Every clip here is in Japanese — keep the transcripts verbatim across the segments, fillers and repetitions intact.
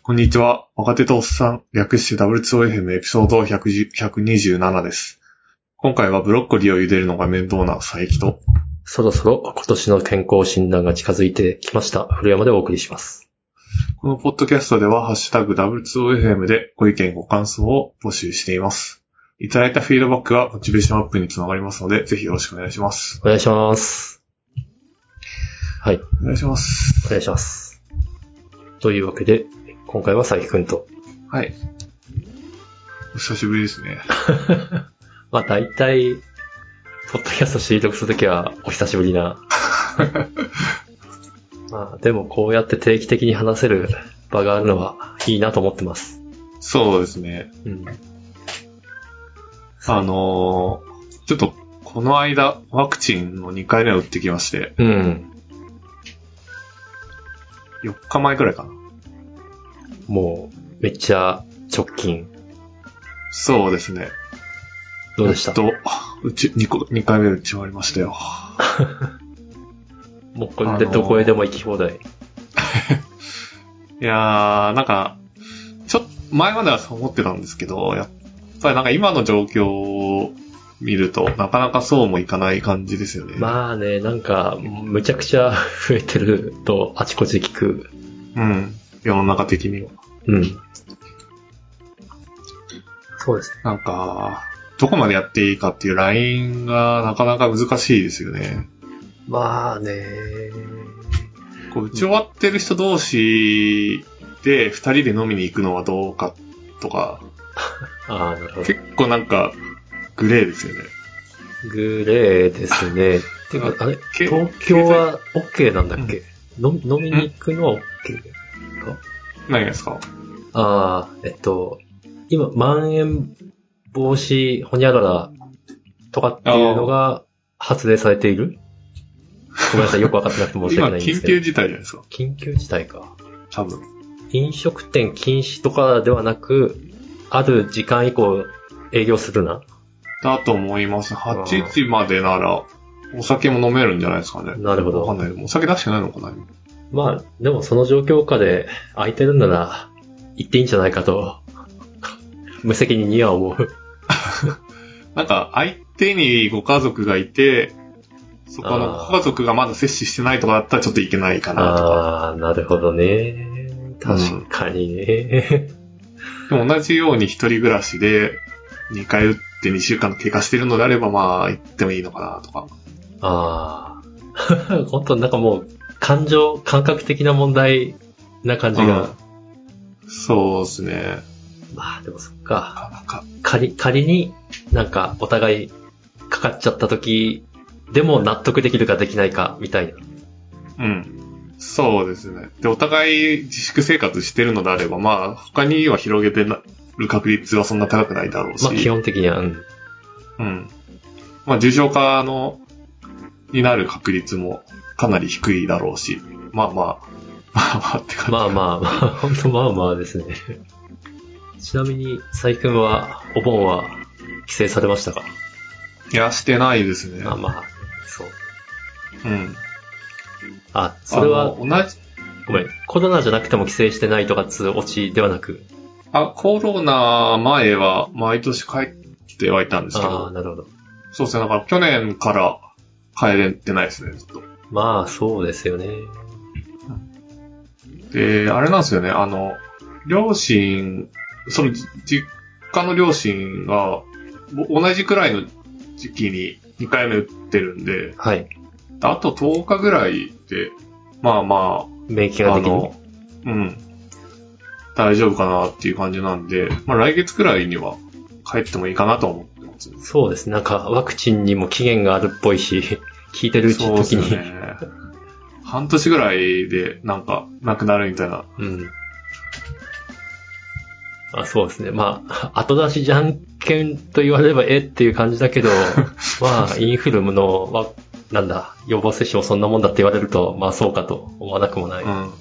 こんにちは。若手とおっさん、略して ダブリューツーオーエフエム エピソードひゃくにじゅうななです。今回はブロッコリーを茹でるのが面倒な佐伯と、 そろそろ今年の健康診断が近づいてきました。古山でお送りします。 このポッドキャストでは、ハッシュタグ ダブリューツーオーエフエム でご意見ご感想を募集しています。いただいたフィードバックはモチベーションアップにつながりますので、ぜひよろしくお願いします。 お願いします。はい。 お願いします。 お願いします。というわけで、今回は佐伯くんと。 はい。お久しぶりですね。 まあ大体、ポッドキャスト収録するときはお久しぶりな。まあでもこうやって定期的に話せる場があるのはいいなと思ってます。 そうですね。うん。あのー、ちょっとこの間ワクチンのにかいめを打ってきまして。 うん。 よっかまえくらいかな。 もうめっちゃ直近。 そうですね。 どうでした？ と、うち、にこ、にかいめ打ち終わりましたよ。 もうこれでどこへでも行き放題。あのー、 いやー、なんか、ちょっと、前まではそう思ってたんですけど、やっぱりなんか今の状況を見ると、なかなかそうもいかない感じですよね。 まあね、なんか、むちゃくちゃ増えてると、あちこち聞く。 うん。世の中的には。 うん。そうですね。 なんか、どこまでやっていいかっていうラインがなかなか難しいですよね。 まあね。 こう打ち終わってる人同士で二人で飲みに行くのはどうかとか。 ああ、なるほど。 結構なんか、グレーですよね。 グレーですね。てか、あれ東京は OK なんだっけ、うん、飲みに行くのは OK か何ですか？ ああ、えっと、今、まん延防止ホニャララとかっていうのが発令されている？ごめんなさい、よくわかってなくて申し訳ないんですけど。 今、緊急事態じゃないですか。 緊急事態か。 多分。 飲食店禁止とかではなく、ある時間以降営業するな。 だと思います。はちじまでなら、お酒も飲めるんじゃないですかね。 なるほど。 わかんない。お酒出してないのかな？ まあ、でもその状況下で空いてるんなら、行っていいんじゃないかと、無責任には思う。 なんか、相手にご家族がいて、そこのご家族がまだ接種してないとかだったらちょっといけないかなとか。 ああ、なるほどね。確かにね。 うん、でも同じように一人暮らしで、にかい打ってにしゅうかん経過してるのであれば、まあ、行ってもいいのかなとか。 ああ。本当なんかもう、感情、感覚的な問題な感じが。 うん、そうですね。 まあ、でもそっか。か仮、仮になんかお互いかかっちゃった時でも納得できるかできないかみたいな。 うん。そうですね。で、お互い自粛生活してるのであれば、まあ、他には広げてる確率はそんな高くないだろうし。 まあ、基本的には、うん。 うん。まあ、重症化の、になる確率もかなり低いだろうし。まあまあ、まあまあって感じ。 まあまあまあ、本当まあまあですね。ちなみに、佐伯くんは、お盆は帰省されましたか？ いや、してないですね。 あ、まあ、そう。 うん。 あ、それは、 同じ、 ごめん、コロナじゃなくても帰省してないとかつオチではなく。 あ、コロナ前は毎年帰ってはいたんですけど。 ああ、なるほど。 そうですね。だから去年から帰れてないですね、ずっと。 まあ、そうですよね。 で、あれなんですよね。あの、両親、その実家の両親が同じくらいの時期ににかいめ打ってるんで、 はい。 あととおかぐらいで、まあまあ、 免疫ができる。 うん。大丈夫かなっていう感じなんで、まあ来月くらいには帰ってもいいかなと思ってます。 そうですね。なんかワクチンにも期限があるっぽいし、聞いてるうちの時に。そうですね。 半年ぐらいでなんかなくなるみたいな。 うん。あ、そうですね。まあ、後出しじゃんけんと言われればえっていう感じだけど、まあ、インフルの、は、なんだ、予防接種もそんなもんだって言われると、まあそうかと思わなくもない。うん。なん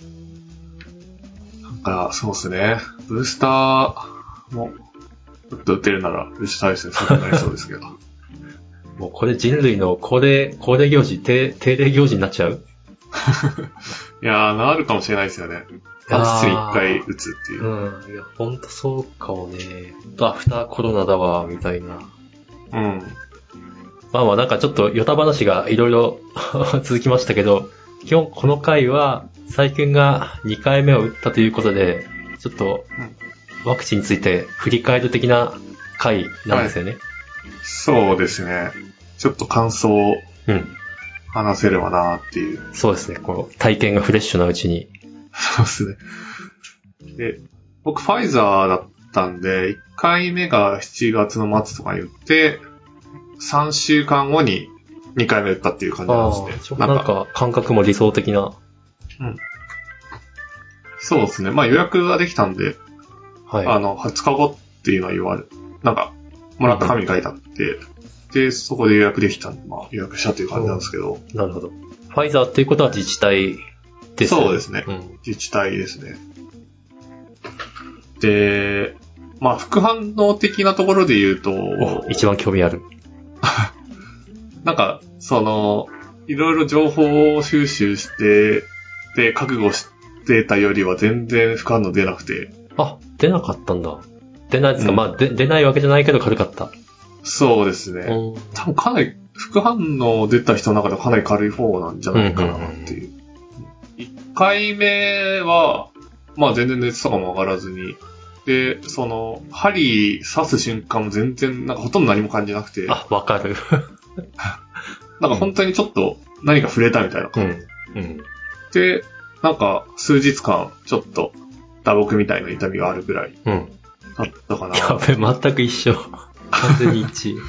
か、そうですね。ブースターも、ちょっと打てるなら、ブースターですね。そうなりそうですけど。 もうこれ人類の恒例、恒例行事、定、定例行事になっちゃういやー、なるかもしれないですよね。半日に一回打つっていう。 うん。いや、ほんとそうかもね。アフターコロナだわ、みたいな。 うん。 まあまあなんかちょっとヨタ話がいろいろ続きましたけど、基本この回は、最近がにかいめを打ったということで、ちょっと、ワクチンについて振り返る的な回なんですよね。はい、 そうですね。ちょっと感想を話せればなっていう、 うん。そうですね。こう体験がフレッシュなうちに。 そうですね。で、僕ファイザーだったんで、いっかいめがしちがつの末とかに打って、さんしゅうかんごににかいめ打ったっていう感じなんですね。 なんか感覚も理想的な。 うん。そうですね。まあ予約ができたんで、はい、あの、はつかごっていうのは言われ、なんか、もらった紙に書いてあって、うん、で、そこで予約できたんで、まあ予約したっていう感じなんですけど。 なるほど。ファイザーっていうことは自治体ですね。 そうですね。うん、自治体ですね。で、まあ副反応的なところで言うと、 一番興味ある。 なんか、その、いろいろ情報を収集して、で、覚悟してたよりは全然副反応出なくて。 あ、出なかったんだ。出ないですか、うん、まあで、出ないわけじゃないけど軽かった。 そうですね。多分かなり、副反応出た人の中ではかなり軽い方なんじゃないかなっていう。いっかいめは、まあ全然熱とかも上がらずに、で、その、針刺す瞬間も全然、なんかほとんど何も感じなくて。 あ、わかる。 なんか本当にちょっと何か触れたみたいな感じ。 うんうん、 で、なんか数日間ちょっと打撲みたいな痛みがあるぐらいだったかな。 うん、やべ、全く一緒。完全に一致。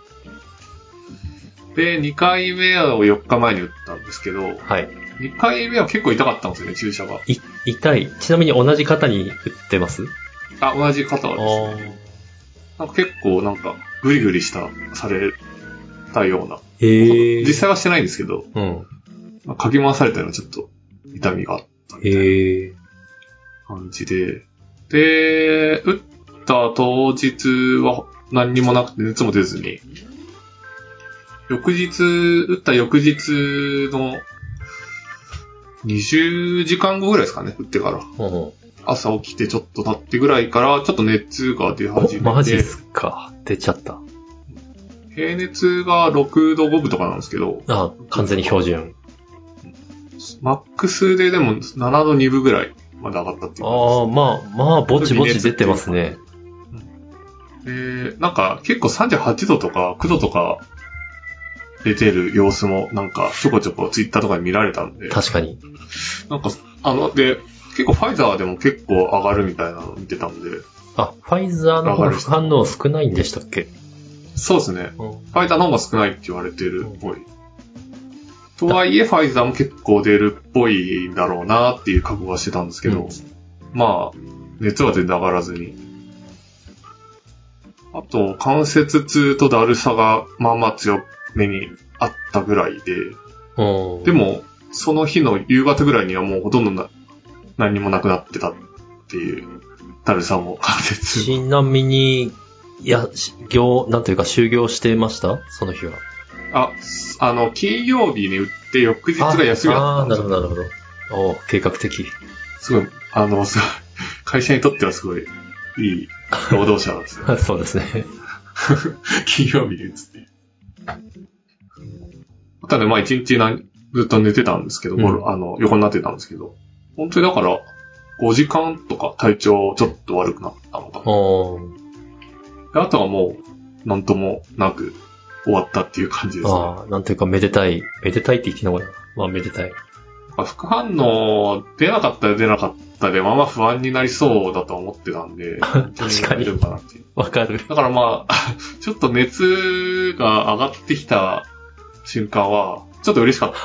で、にかいめをよっかまえに打ったんですけど、 はい。 にかいめは結構痛かったんですよね、注射が。 い、痛い。ちなみに同じ方に打ってます？ あ、同じ方はですね。なんか結構なんかグリグリした、されたような。 へー。 実際はしてないんですけど、 うん。 まあ、かき回されたようなちょっと痛みがあったみたいな感じで。で、打った当日は何にもなくて熱も出ずに、翌日、打った翌日のにじゅうじかんごぐらいですかね、打ってから。 うん、 朝起きてちょっと経ってぐらいからちょっと熱が出始めて。 マジっすか。出ちゃった。 平熱がろくどごぶとかなんですけど。 あ、完全に標準。 マックスででもななどにぶぐらいまで上がったっていう感じです。 ああ、まあ、まあ、ぼちぼち出てますね。 で、なんか結構さんじゅうはちどとかきゅうどとか出てる様子もなんかちょこちょこツイッターとかに見られたんで。 確かに。 なんか、あの、で、結構ファイザーでも結構上がるみたいなのを見てたんで。 あ、ファイザーの方が副反応少ないんでしたっけ？ そうですね。うん、ファイザーの方が少ないって言われてるっぽい。うん、とはいえ、ファイザーも結構出るっぽいんだろうなっていう覚悟はしてたんですけど、うん、まあ、熱は全然上がらずに。あと、関節痛とだるさがまあまあ強めにあったぐらいで、 うん、 でも、その日の夕方ぐらいにはもうほとんどな何にもなくなってたっていう、だるさも関節。 ちなみに、いや、業、なんていうか、就業してましたその日は。 あ、あの、金曜日に打って翌日が休みだったんですよ。 ああ、なるほど、なるほど。お計画的。 すごい、あの、会社にとってはすごい、いい労働者なんですよ。 そうですね。 金曜日に打つっていう。ただね、まあ一日何ずっと寝てたんですけど、うん、あの、横になってたんですけど、本当にだから、ごじかんとか体調ちょっと悪くなったのかな。あとはもう、なんともなく終わったっていう感じですね。 ああ、なんていうかめでたい。めでたいって言っていいのかな。まあめでたい。 副反応出なかったら出なかったで、まあまあ不安になりそうだと思ってたんで、 確かに。わかる。 だからまあ、ちょっと熱が上がってきた瞬間は、ちょっと嬉しかった。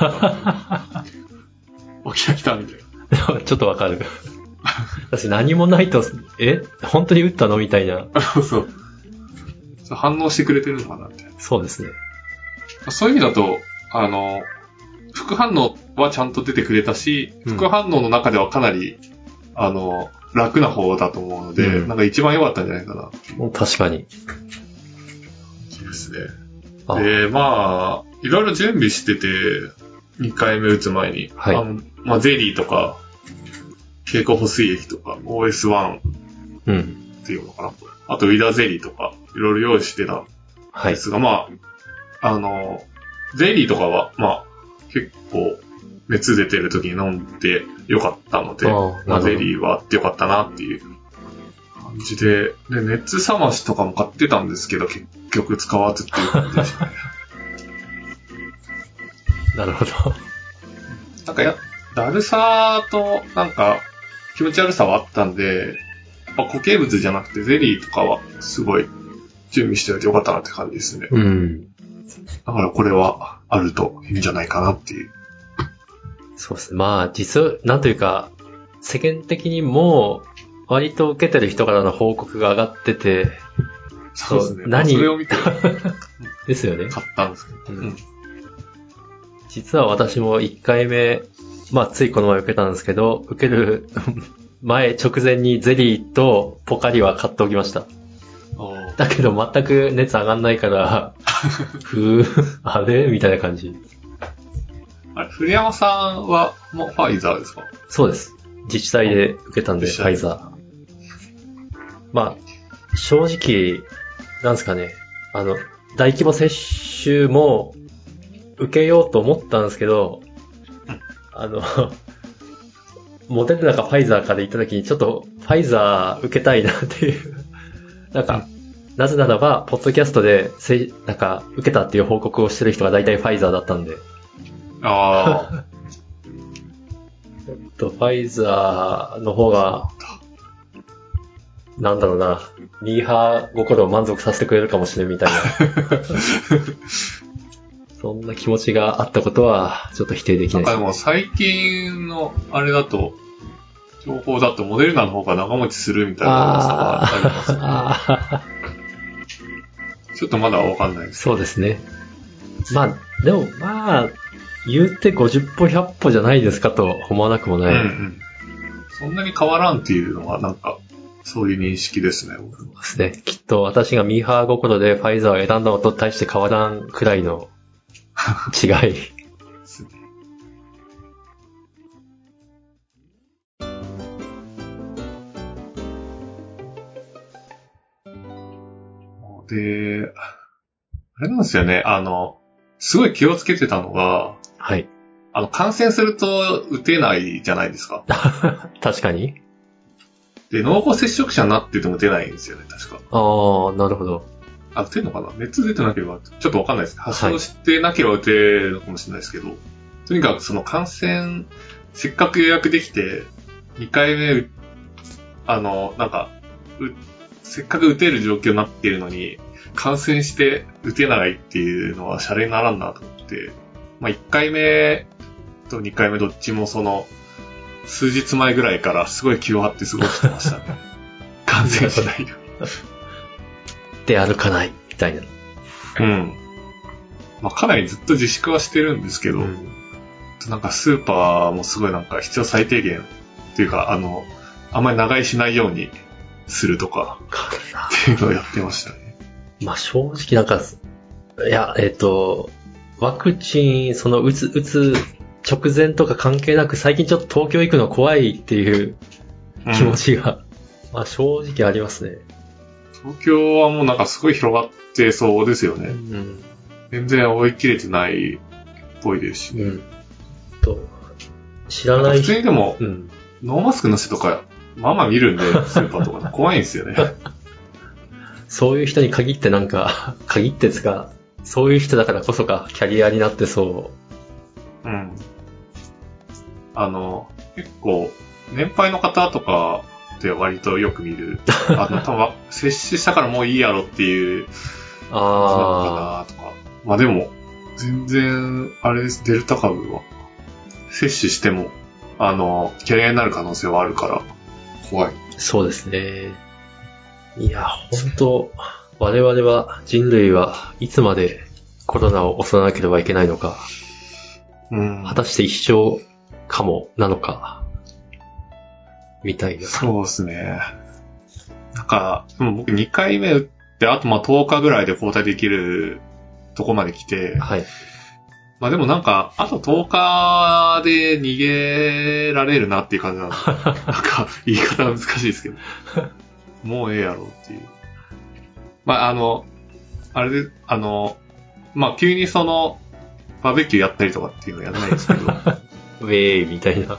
起きた来たみたいな。ちょっとわかる。私何もないと、え本当に打ったのみたいな。 そうそう。反応してくれてるのかなみたいな。 そうですね。 そういう意味だと、あの、副反応はちゃんと出てくれたし、うん、副反応の中ではかなり、あの、楽な方だと思うので、うん、なんか一番良かったんじゃないかな。 確かに。 そうですね。で、まあ、いろいろ準備してて、 にかいめ打つ前に、 はい。 あのまあ、ゼリーとか、経口補水液とか、オーエスワン っていうのかな。うん、あと、ウィダーゼリーとか、いろいろ用意してたんですが、はい、まあ、あの、ゼリーとかは、まあ、結構、熱出てる時に飲んでよかったので、あまあ、ゼリーはあってよかったなっていう感じで、で、熱冷ましとかも買ってたんですけど、結局使わずっていう感じでしたね。 なるほど。 なんかや、だるさと、なんか、気持ち悪さはあったんで、まあ、固形物じゃなくてゼリーとかは、すごい、準備しておいてよかったなって感じですね。 うん。 だからこれは、あるといいんじゃないかなっていう。 そうですね。まあ、実は、なんというか、世間的にも、割と受けてる人からの報告が上がってて、 そうですね。 何、 それを見て、 ですよね。 買ったんですけど。うん。 実は私もいっかいめ、まあ、ついこの前受けたんですけど、受ける前、直前にゼリーとポカリは買っておきました。だけど全く熱上がんないから、ふー、あれみたいな感じ。 あれ、古山さんはもうファイザーですか？ そうです。自治体で受けたんで、ファイザー。まあ、正直、なんですかね、あの、大規模接種も受けようと思ったんですけど、あの、モデルナかファイザーかで行った時にちょっとファイザー受けたいなっていう。なんか、なぜならば、ポッドキャストで、せなんか、受けたっていう報告をしてる人が大体ファイザーだったんで。 ああ。 ちょっとファイザーの方が、なんだろうな、ミーハー心を満足させてくれるかもしれんみたいな。そんな気持ちがあったことは、ちょっと否定できないです。 なんかでも最近のあれだと、情報だとモデルナの方が長持ちするみたいな噂がありますよね。あちょっとまだわかんないです。 そうですね。まあ、でもまあ、言うてごじゅっぽひゃっぽじゃないですかと思わなくもない。うんうん、 そんなに変わらんっていうのはなんか、そういう認識ですね、僕そうですね。きっと私がミーハー心でファイザーを選んだのと対して変わらんくらいの違い。ですね。 で、あれなんですよね、あの、すごい気をつけてたのが、 はい。 あの、感染すると打てないじゃないですか。 確かに。 で、濃厚接触者になってても出ないんですよね、確か。 ああ、なるほど。 あ、打てるのかな？熱出てなければ、ちょっとわかんないです。発症してなければ打てるのかもしれないですけど、はい、とにかくその感染、せっかく予約できて、にかいめ、あの、なんか、せっかく打てる状況になっているのに、感染して打てないっていうのはシャレにならんなと思って、まあ、いっかいめとにかいめどっちもその、数日前ぐらいからすごい気を張って過ごしてましたね。感染しないように。 で歩かないみたいな。 うん。まあ、かなりずっと自粛はしてるんですけど、うん、なんかスーパーもすごいなんか必要最低限っていうか、あの、あんまり長居しないようにするとか、っていうのをやってましたね。 まあ正直なんか、いや、えっと、ワクチン、その打つ、打つ直前とか関係なく最近ちょっと東京行くの怖いっていう気持ちが、うん、まあ正直ありますね。 東京はもうなんかすごい広がってそうですよね。うん、全然追い切れてないっぽいですしね。うん、 と知らない人。普通にでも、うん、ノーマスクの人とか、まあまあ見るんで、スーパーとか怖いんですよね。 そういう人に限ってなんか、限ってですか、そういう人だからこそか、キャリアになってそう。 うん。あの、結構、年配の方とかって割とよく見る。あの、多分、接種したからもういいやろっていう感じなのかなとか。まあでも、全然、あれです、デルタ株は、接種しても、あの、キャリアになる可能性はあるから、怖い。 そうですね。いや、本当我々は、人類はいつまでコロナを襲わなければいけないのか、うん、果たして一生かもなのか、みたいな。 そうですね。なんか、僕にかいめ打って、あとまあとおかぐらいで交代できるとこまで来て、はい。 まあでもなんか、あととおかで逃げられるなっていう感じなんで、なんか、言い方は難しいですけど。もうええやろっていう。まああの、あれで、あの、まあ急にその、バーベキューやったりとかっていうのはやらないですけど。 ウェーイみたいな。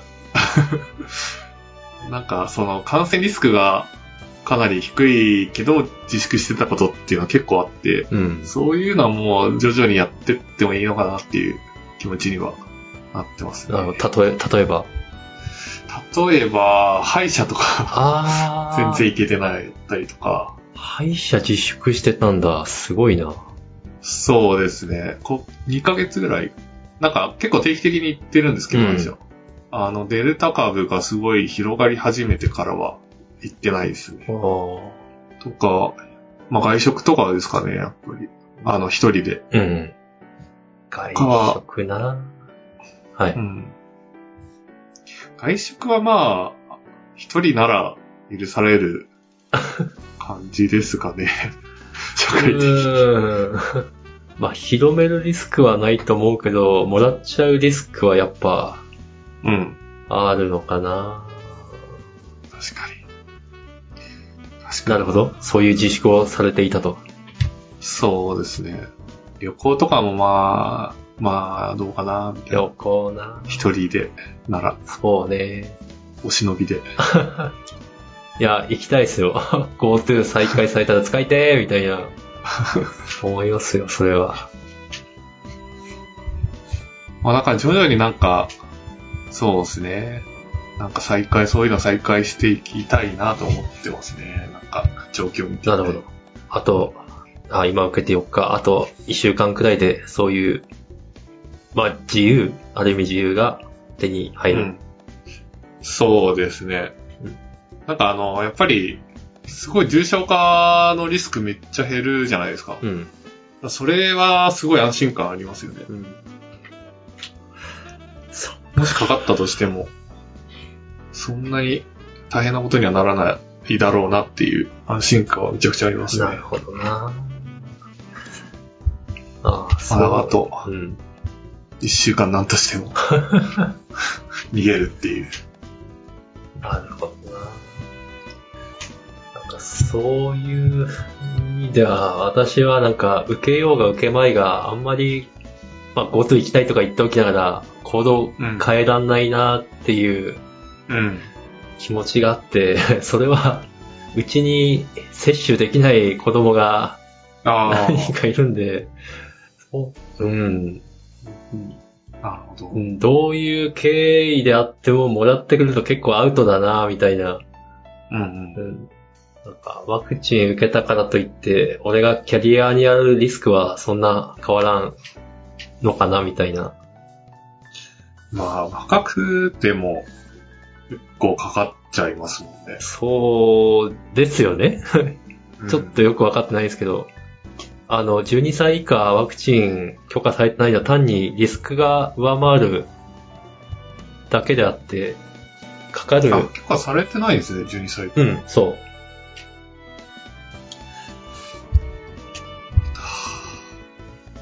なんか、その、感染リスクがかなり低いけど、自粛してたことっていうのは結構あって、 うん、 そういうのはもう徐々にやってってもいいのかなっていう気持ちにはなってますね。 あの例え、例えば例えば、歯医者とか、 あ全然行けてないったりとか。 歯医者自粛してたんだ。すごいな。 そうですね。こにかげつぐらい。なんか結構定期的に行ってるんですけど、私は、うん。あの、デルタ株がすごい広がり始めてからは行ってないですね。とか、まあ外食とかですかね、やっぱり。あの、一人で。 うん。外食な。はい。うん。 外食はまあ、一人なら許される感じですかね。社会的に。 まあ、広めるリスクはないと思うけど、もらっちゃうリスクはやっぱ、 うん。 あるのかな。 確かに。 確かに。なるほど。そういう自粛をされていたと。 そうですね。旅行とかもまあ、まあ、どうかな、みたいな。 旅行な。 一人で、なら。 そうね。 お忍びで。 いや、行きたいですよ。GoTo 再開されたら使いてーみたいな。思いますよ、それは。 まあ、だから徐々になんか、そうですね。なんか再開、そういうの再開していきたいなと思ってますね。なんか、状況見て。 なるほど。あと、あ、今受けてよっか、あといっしゅうかんくらいで、そういう、まあ、自由、ある意味自由が手に入る。うん、 そうですね。うん、なんかあの、やっぱり、すごい重症化のリスクめっちゃ減るじゃないですか。うん、それはすごい安心感ありますよね。うん、もしかかったとしても、そんなに大変なことにはならないだろうなっていう安心感はめちゃくちゃありますね。 なるほどな。ああ、 そう。あと、うん、一週間なんとしても逃げるっていう。 なるほどな。なんかそういう意味では、私はなんか受けようが受けまいがあんまり、まあ GoTo 行きたいとか言っておきながら行動変えらんないなっていう気持ちがあって、うん、それはうちに接種できない子供が何人かいるんで、うん。 なるほど。 どういう経緯であってももらってくると結構アウトだなみたいな。うんうん。うん、なんかワクチン受けたからといって俺がキャリアにあるリスクはそんな変わらんのかなみたいな。 まあ若くても結構かかっちゃいますもんね。 そうですよね。ちょっとよくわかってないですけど。あの、じゅうにさい以下ワクチン許可されてないのは単にリスクが上回るだけであって、かかる。 あ、許可されてないですね、じゅうにさい以下。 うん、そう。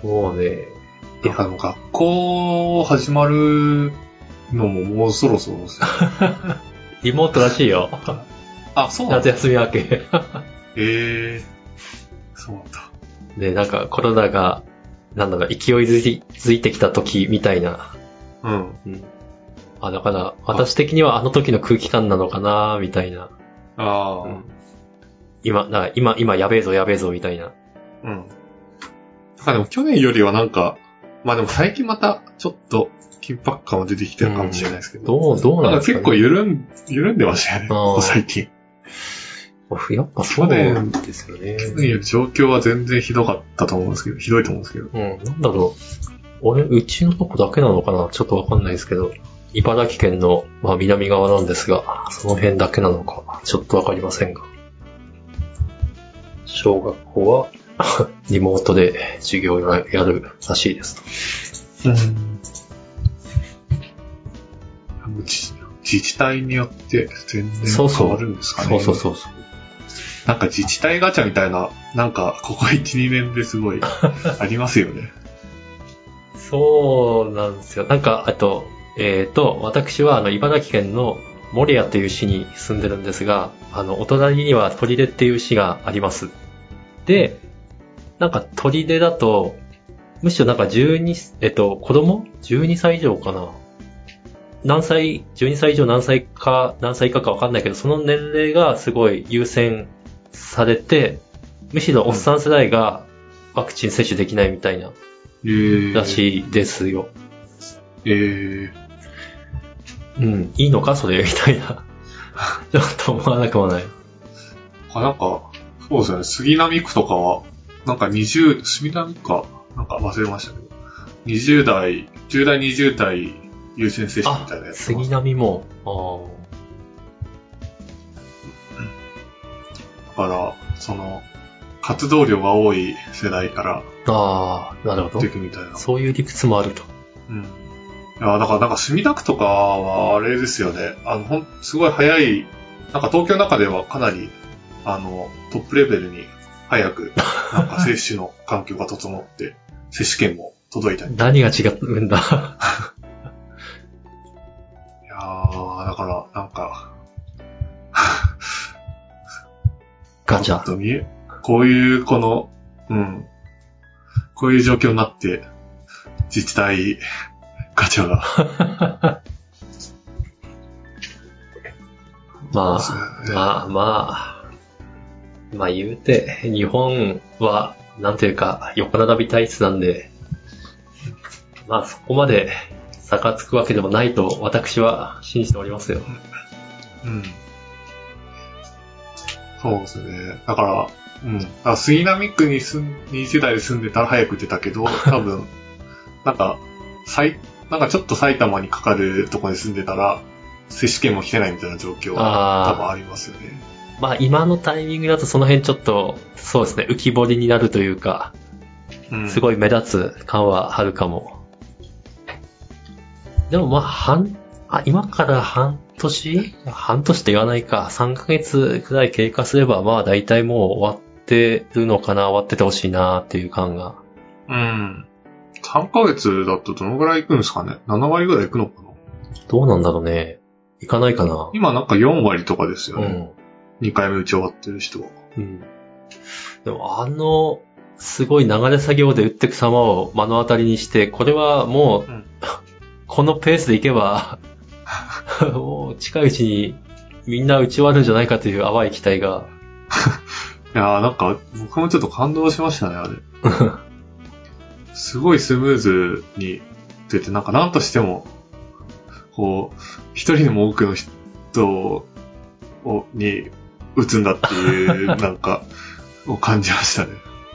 もうね。 いや、でも学校始まるのももうそろそろですね。 リモートらしいよ。 あ、そうなんだ。夏休み明け。 へえー、そうなんだ。 で、なんかコロナが、なんだか勢いづいてきた時みたいな。うん。うん。あ、だから私的にはあの時の空気感なのかなみたいな。ああ、うん。今、な今、今やべえぞやべえぞみたいな。 うん。なんかでも去年よりはなんか、まあでも最近またちょっと緊迫感は出てきてるかもしれないですけど。 うん、どう、どうなんですかね。 なんか結構緩ん、緩んでましたよね、ここ最近。 やっぱそうなんですよね。 去年より状況は全然ひどかったと思うんですけど、ひどいと思うんですけど。 うん、なんだろう。俺、うちのとこだけなのかなちょっとわかんないですけど。茨城県の、まあ、南側なんですが、その辺だけなのか、ちょっとわかりませんが。小学校は、リモートで授業をやるらしいです。うん。 自治体によって全然変わるんですかね。 そうそうそうそう。 なんか自治体ガチャみたいな、なんかここいち、にねんですごいありますよね。 そうなんですよ。なんか、あと、えっ、と、私はあの、茨城県の守谷という市に住んでるんですが、あの、お隣には取手っていう市があります。で、なんか取手だと、むしろなんかじゅうに、えっと、子供 ?じゅうに 歳以上かな。何歳、じゅうにさい以上何歳か、何歳以下かわかんないけど、その年齢がすごい優先されて、むしろおっさん世代がワクチン接種できないみたいな、 えー、 らしいですよ。 えー、 うん、いいのかそれみたいな。ちょっと思わなくもない。 あ、なんか、そうですよね。杉並区とかは、なんかにじゅう、杉並区か、なんか忘れましたけど、にじゅう代、じゅう代、にじゅう代優先接種みたいなやつ。 杉並も、あだから、その、活動量が多い世代からあー、なるほど。 出てくみたいな。 そういう理屈もあると。 うん。いや、だからなんか墨田区とかはあれですよね。あの、ほん、すごい早い、なんか東京の中ではかなり、あの、トップレベルに早く、なんか接種の環境が整って、接種券も届いたり。 何が違うんだ。 いやー、だから、なんか、 ガチャ。 本当に、こういう、この、うん、こういう状況になって、自治体、ガチャが。 まあ、まあ、まあ、まあ言うて、日本は、なんていうか、横並び体質なんで、まあそこまで差がつくわけでもないと私は信じておりますよ。 うん。そうですね。だから、うん。だから杉並区に住ん、にじゅう代で住んでたら早く出たけど、多分、なんか、埼、なんかちょっと埼玉にかかるところに住んでたら、接種券も来てないみたいな状況は多分ありますよね。 まあ今のタイミングだとその辺ちょっと、そうですね、浮き彫りになるというか、 うん、 すごい目立つ感はあるかも。でもまあ、半、あ、今から半年半年って言わないか。さんかげつくらい経過すれば、まあ大体もう終わってるのかな、終わっててほしいなっていう感が。 うん。さんかげつだとどのぐらい行くんですかね ?なな 割ぐらい行くのかな。 どうなんだろうね。行かないかな。 今なんかよん割とかですよね。 うん。 にかいめ打ち終わってる人は。 うん。でもあの、すごい流れ作業で打っていく様を目の当たりにして、これはもう、うん、このペースでいけば、もう近いうちにみんな打ち終わるんじゃないかという淡い期待が。 いやーなんか僕もちょっと感動しましたね、あれ。すごいスムーズに出て、なんか何としても、こう、一人でも多くの人をに打つんだっていう、なんか、を感じましたね。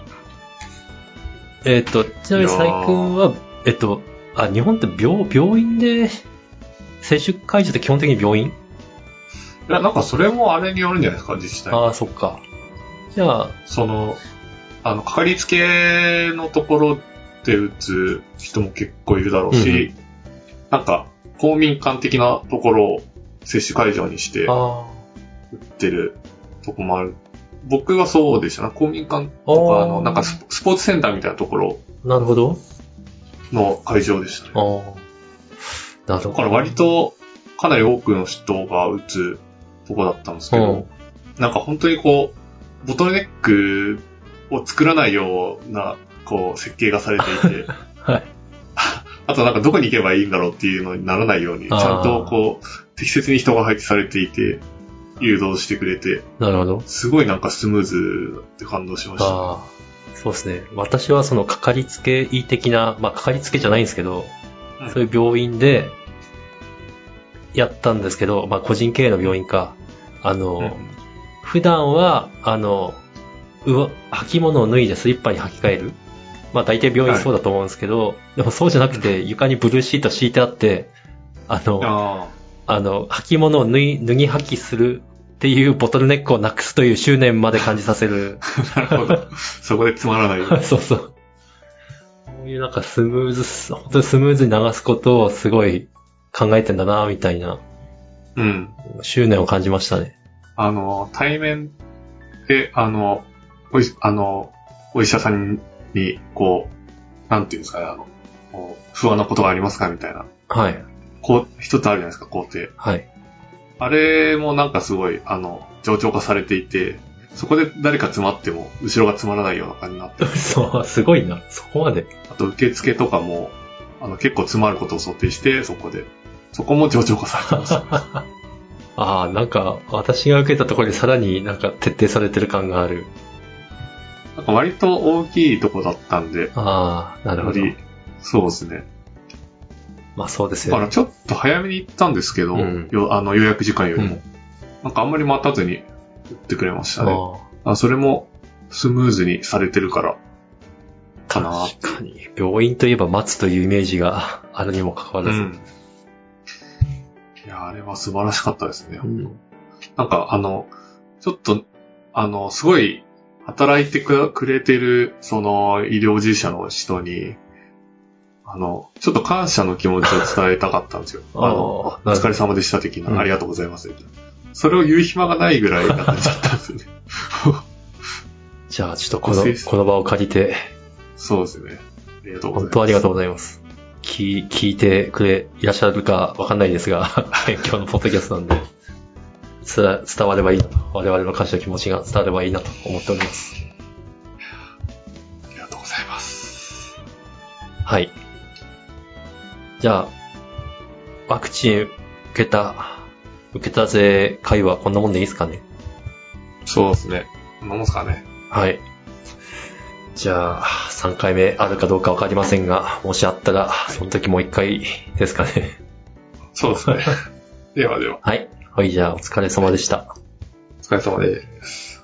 えっと、ちなみに最近は、えっと、あ、日本って病、病院で、接種会場って基本的に病院？いや、なんかそれもあれによるんじゃないですか、自治体。 ああ、そっか。じゃあ、 その、あの、かかりつけのところで打つ人も結構いるだろうし、うん、なんか、公民館的なところを接種会場にして、打ってるとこもある。僕はそうでしたね。公民館とか、あの、なんかスポーツセンターみたいなところ。 なるほど。 の会場でしたね。 ああ。なるほど。 だから割と、かなり多くの人が打つとこだったんですけど、うん、なんか本当にこう、ボトルネックを作らないような、こう、設計がされていて、 はい。 あとなんかどこに行けばいいんだろうっていうのにならないように、ちゃんとこう、適切に人が配置されていて、誘導してくれて、 なるほど。 すごいなんかスムーズって感動しました、ね。 ああ、そうですね。私はそのかかりつけ医的な、まあかかりつけじゃないんですけど、うん、そういう病院でやったんですけど、まあ個人経営の病院か。あの、うん、普段は、あの、うわ、履物を脱いでスリッパに履き替える。まあ大体病院そうだと思うんですけど、はい、でもそうじゃなくて床にブルーシート敷いてあって、あの、あ, あの、履物を脱ぎ、脱ぎ履きするっていうボトルネックをなくすという執念まで感じさせる。 なるほど。そこでつまらない。 そうそう。こういうなんかスムーズ、本当にスムーズに流すことをすごい考えてんだな、みたいな。 うん。 執念を感じましたね。 あの、対面で、あの、おい、あの、お医者さんに、こう、なんていうんですかね、あの、 こう不安なことがありますかみたいな。 はい。 こう、一つあるじゃないですか、工程。 はい。 あれもなんかすごい、あの、冗長化されていて、そこで誰か詰まっても、後ろが詰まらないような感じになってる。 そう、すごいな。そこまで。 あと、受付とかも、あの、結構詰まることを想定して、そこで。そこも冗長化されてます、ね。 ああ、なんか、私が受けたところにさらになんか徹底されてる感がある。 なんか割と大きいとこだったんで。 ああ、なるほど。 そうですね。 まあそうですよね。 だからちょっと早めに行ったんですけど、うん、よあの予約時間よりも、うん。なんかあんまり待たずに売ってくれましたね。ああ、それもスムーズにされてるから、かな。 確かに。病院といえば待つというイメージがあるにもかかわらず。うん、 いや、あれは素晴らしかったですね。うん、なんかあの、ちょっと、あの、すごい働いてくれてる、その医療従事者の人に、あの、ちょっと感謝の気持ちを伝えたかったんですよ。あの、お疲れ様でした的な、うん、ありがとうございます。それを言う暇がないぐらいな感じだったんですよね。 じゃあ、ちょっとこの、この場を借りて。 そうですね。ありがとうございます。 本当ありがとうございます。聞、聞いてくれ、いらっしゃるかわかんないですが、今日のポッドキャストなんで、つら、伝わればいいなと、我々の感謝の気持ちが伝わればいいなと思っております。 ありがとうございます。 はい。じゃあ、ワクチン受けた、受けたぜ会はこんなもんでいいですかね？ そうですね。こんなもんですかね。 はい。じゃあ、さんかいめあるかどうかわかりませんが、もしあったら、その時もういっかいですかね。 そうですね。ではでは。 はい。はい、じゃあお疲れ様でした。 お疲れ様です。